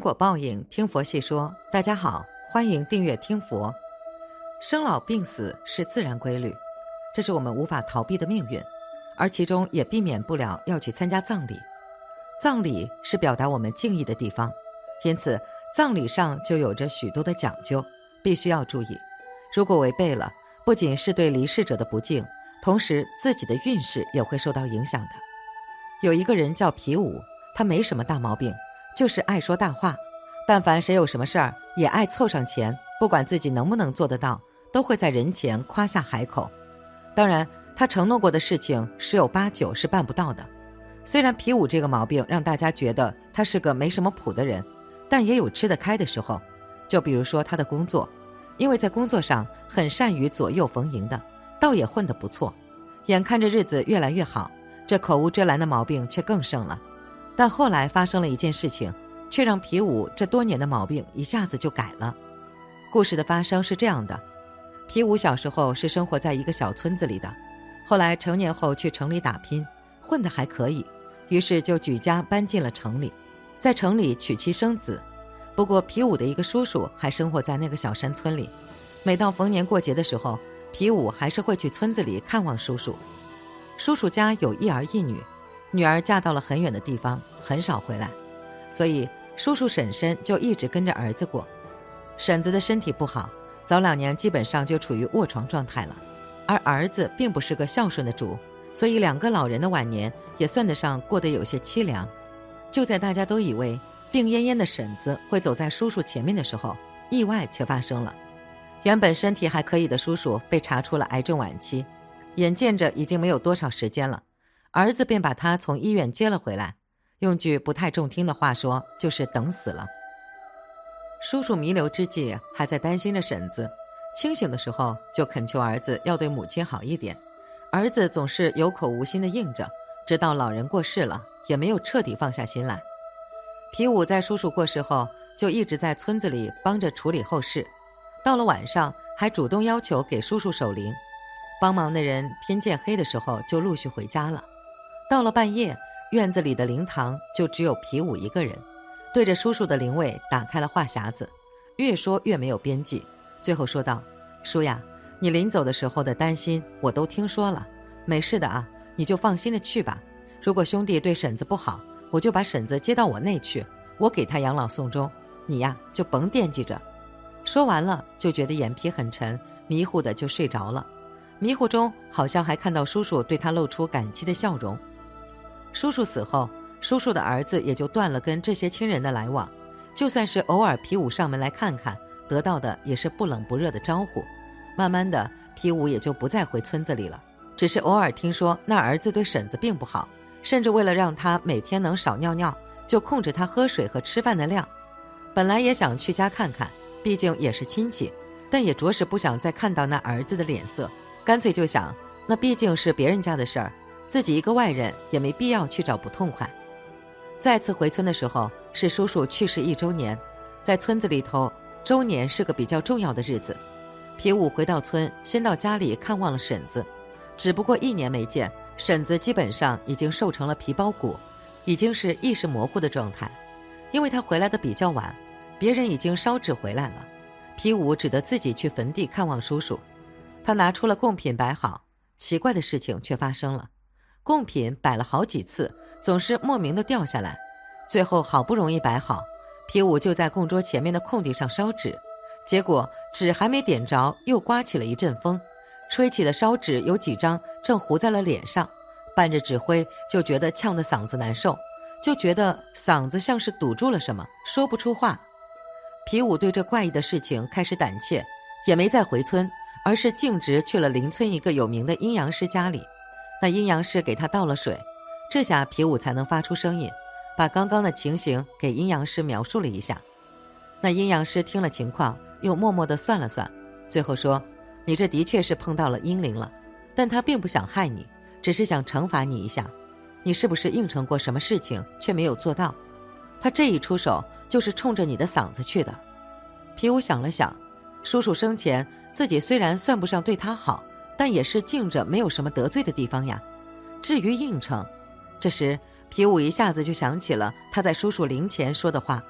果报应，听佛细说。大家好，欢迎订阅听佛。生老病死是自然规律，这是我们无法逃避的命运，而其中也避免不了要去参加葬礼。葬礼是表达我们敬意的地方，因此葬礼上就有着许多的讲究，必须要注意。如果违背了，不仅是对离世者的不敬，同时自己的运势也会受到影响的。有一个人叫皮武，他没什么大毛病，就是爱说大话，但凡谁有什么事儿，也爱凑上前，不管自己能不能做得到，都会在人前夸下海口。当然，他承诺过的事情十有八九是办不到的。虽然皮武这个毛病让大家觉得他是个没什么谱的人，但也有吃得开的时候。就比如说他的工作，因为在工作上很善于左右逢迎的，倒也混得不错。眼看着日子越来越好，这口无遮拦的毛病却更盛了。但后来发生了一件事情，却让皮武这多年的毛病一下子就改了。故事的发生是这样的：皮武小时候是生活在一个小村子里的，后来成年后去城里打拼，混得还可以，于是就举家搬进了城里，在城里娶妻生子。不过皮武的一个叔叔还生活在那个小山村里，每到逢年过节的时候，皮武还是会去村子里看望叔叔。叔叔家有一儿一女，女儿嫁到了很远的地方，很少回来，所以叔叔婶婶就一直跟着儿子过。婶子的身体不好，早2年基本上就处于卧床状态了，而儿子并不是个孝顺的主，所以2个老人的晚年也算得上过得有些凄凉。就在大家都以为病恹恹的婶子会走在叔叔前面的时候，意外却发生了。原本身体还可以的叔叔被查出了癌症晚期，眼见着已经没有多少时间了，儿子便把他从医院接了回来，用句不太中听的话说，就是等死了。叔叔弥留之际还在担心着婶子，清醒的时候就恳求儿子要对母亲好一点，儿子总是有口无心的应着，直到老人过世了，也没有彻底放下心来。皮武在叔叔过世后就一直在村子里帮着处理后事，到了晚上还主动要求给叔叔守灵，帮忙的人天渐黑的时候就陆续回家了。到了半夜，院子里的灵堂就只有皮武一个人，对着叔叔的灵位打开了话匣子，越说越没有边际，最后说道：叔呀，你临走的时候的担心我都听说了，没事的啊，你就放心的去吧。如果兄弟对婶子不好，我就把婶子接到我那去，我给他养老送终，你呀就甭惦记着。说完了就觉得眼皮很沉，迷糊的就睡着了。迷糊中好像还看到叔叔对他露出感激的笑容。叔叔死后，叔叔的儿子也就断了跟这些亲人的来往，就算是偶尔皮武上门来看看，得到的也是不冷不热的招呼。慢慢的，皮武也就不再回村子里了，只是偶尔听说那儿子对婶子并不好，甚至为了让他每天能少尿尿，就控制他喝水和吃饭的量。本来也想去家看看，毕竟也是亲戚，但也着实不想再看到那儿子的脸色，干脆就想，那毕竟是别人家的事儿，自己一个外人也没必要去找不痛快。再次回村的时候，是叔叔去世1周年，在村子里头，周年是个比较重要的日子。皮武回到村，先到家里看望了婶子，只不过1年没见，婶子基本上已经瘦成了皮包骨，已经是意识模糊的状态。因为他回来的比较晚，别人已经烧纸回来了，皮武只得自己去坟地看望叔叔。他拿出了贡品摆好，奇怪的事情却发生了，贡品摆了好几次，总是莫名的掉下来，最后好不容易摆好，皮武就在供桌前面的空地上烧纸，结果纸还没点着，又刮起了一阵风，吹起的烧纸有几张正糊在了脸上，伴着纸灰就觉得呛得嗓子难受，就觉得嗓子像是堵住了什么，说不出话。皮武对这怪异的事情开始胆怯，也没再回村，而是径直去了邻村一个有名的阴阳师家里。那阴阳师给他倒了水，这下皮武才能发出声音，把刚刚的情形给阴阳师描述了一下。那阴阳师听了情况，又默默地算了算，最后说：你这的确是碰到了阴灵了，但他并不想害你，只是想惩罚你一下。你是不是应承过什么事情却没有做到？他这一出手就是冲着你的嗓子去的。皮武想了想，叔叔生前自己虽然算不上对他好，但也是敬着没有什么得罪的地方呀。至于应承，这时皮武一下子就想起了他在叔叔灵前说的话：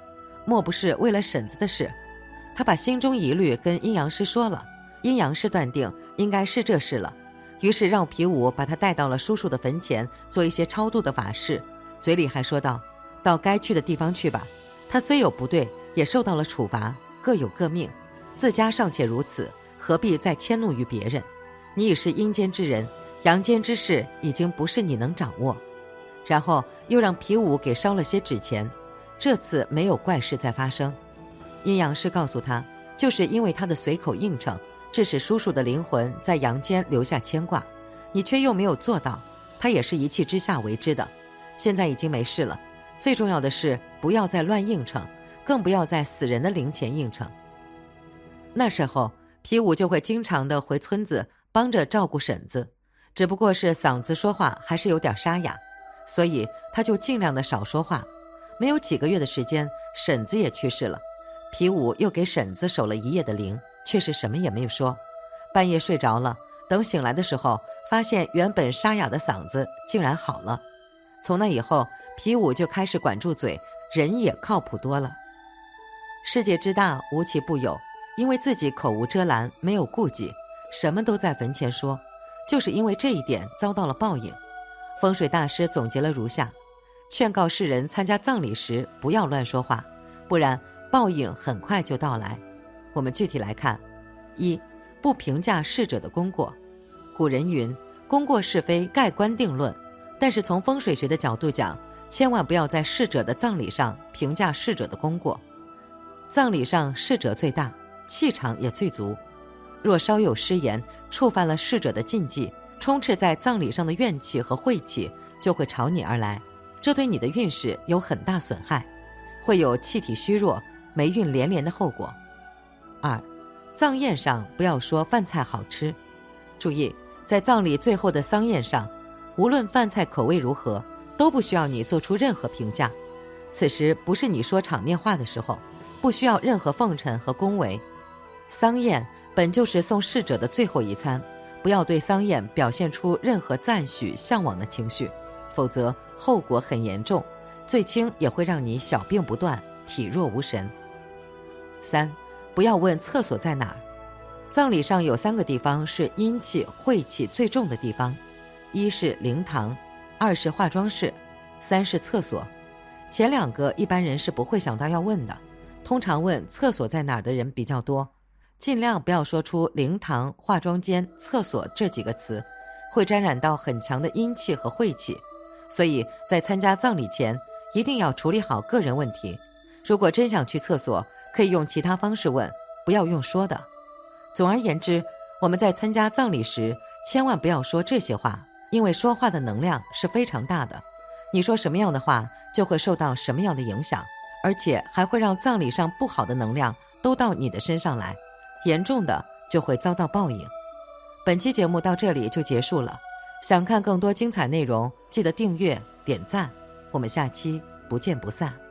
莫不是为了婶子的事。他把心中疑虑跟阴阳师说了，阴阳师断定应该是这事了，于是让皮武把他带到了叔叔的坟前，做一些超度的法事，嘴里还说道：到该去的地方去吧。他虽有不对，也受到了处罚，各有各命，自家尚且如此，何必再迁怒于别人？你已是阴间之人，阳间之事已经不是你能掌握。然后又让皮武给烧了些纸钱，这次没有怪事再发生。阴阳师告诉他，就是因为他的随口应承，致使叔叔的灵魂在阳间留下牵挂，你却又没有做到，他也是一气之下为之的。现在已经没事了，最重要的是不要再乱应承，更不要在死人的灵前应承。那时候皮武就会经常的回村子帮着照顾婶子，只不过是嗓子说话还是有点沙哑，所以他就尽量的少说话。没有几个月的时间，婶子也去世了，皮武又给婶子守了一夜的灵，却是什么也没有说。半夜睡着了，等醒来的时候，发现原本沙哑的嗓子竟然好了。从那以后，皮武就开始管住嘴，人也靠谱多了。世界之大，无奇不有，因为自己口无遮拦，没有顾忌，什么都在坟前说，就是因为这一点遭到了报应。风水大师总结了如下：劝告世人参加葬礼时不要乱说话，不然报应很快就到来。我们具体来看：一、不评价逝者的功过。古人云，功过是非盖棺定论，但是从风水学的角度讲，千万不要在逝者的葬礼上评价逝者的功过。葬礼上逝者最大，气场也最足，若稍有失言，触犯了逝者的禁忌，充斥在葬礼上的怨气和晦气就会朝你而来，这对你的运势有很大损害，会有气体虚弱、霉运连连的后果。二、葬宴上不要说饭菜好吃。注意，在葬礼最后的丧宴上，无论饭菜口味如何，都不需要你做出任何评价。此时不是你说场面话的时候，不需要任何奉承和恭维。丧宴本就是送逝者的最后一餐，不要对丧宴表现出任何赞许、向往的情绪，否则后果很严重，最轻也会让你小病不断，体弱无神。三、不要问厕所在哪儿。葬礼上有3个地方是阴气、晦气最重的地方，一是灵堂，二是化妆室，三是厕所。前2个一般人是不会想到要问的，通常问厕所在哪儿的人比较多，尽量不要说出灵堂、化妆间、厕所这几个词，会沾染到很强的阴气和晦气。所以在参加葬礼前，一定要处理好个人问题。如果真想去厕所，可以用其他方式问，不要用说的。总而言之，我们在参加葬礼时，千万不要说这些话，因为说话的能量是非常大的。你说什么样的话，就会受到什么样的影响，而且还会让葬礼上不好的能量都到你的身上来，严重的就会遭到报应。本期节目到这里就结束了，想看更多精彩内容，记得订阅、点赞，我们下期不见不散。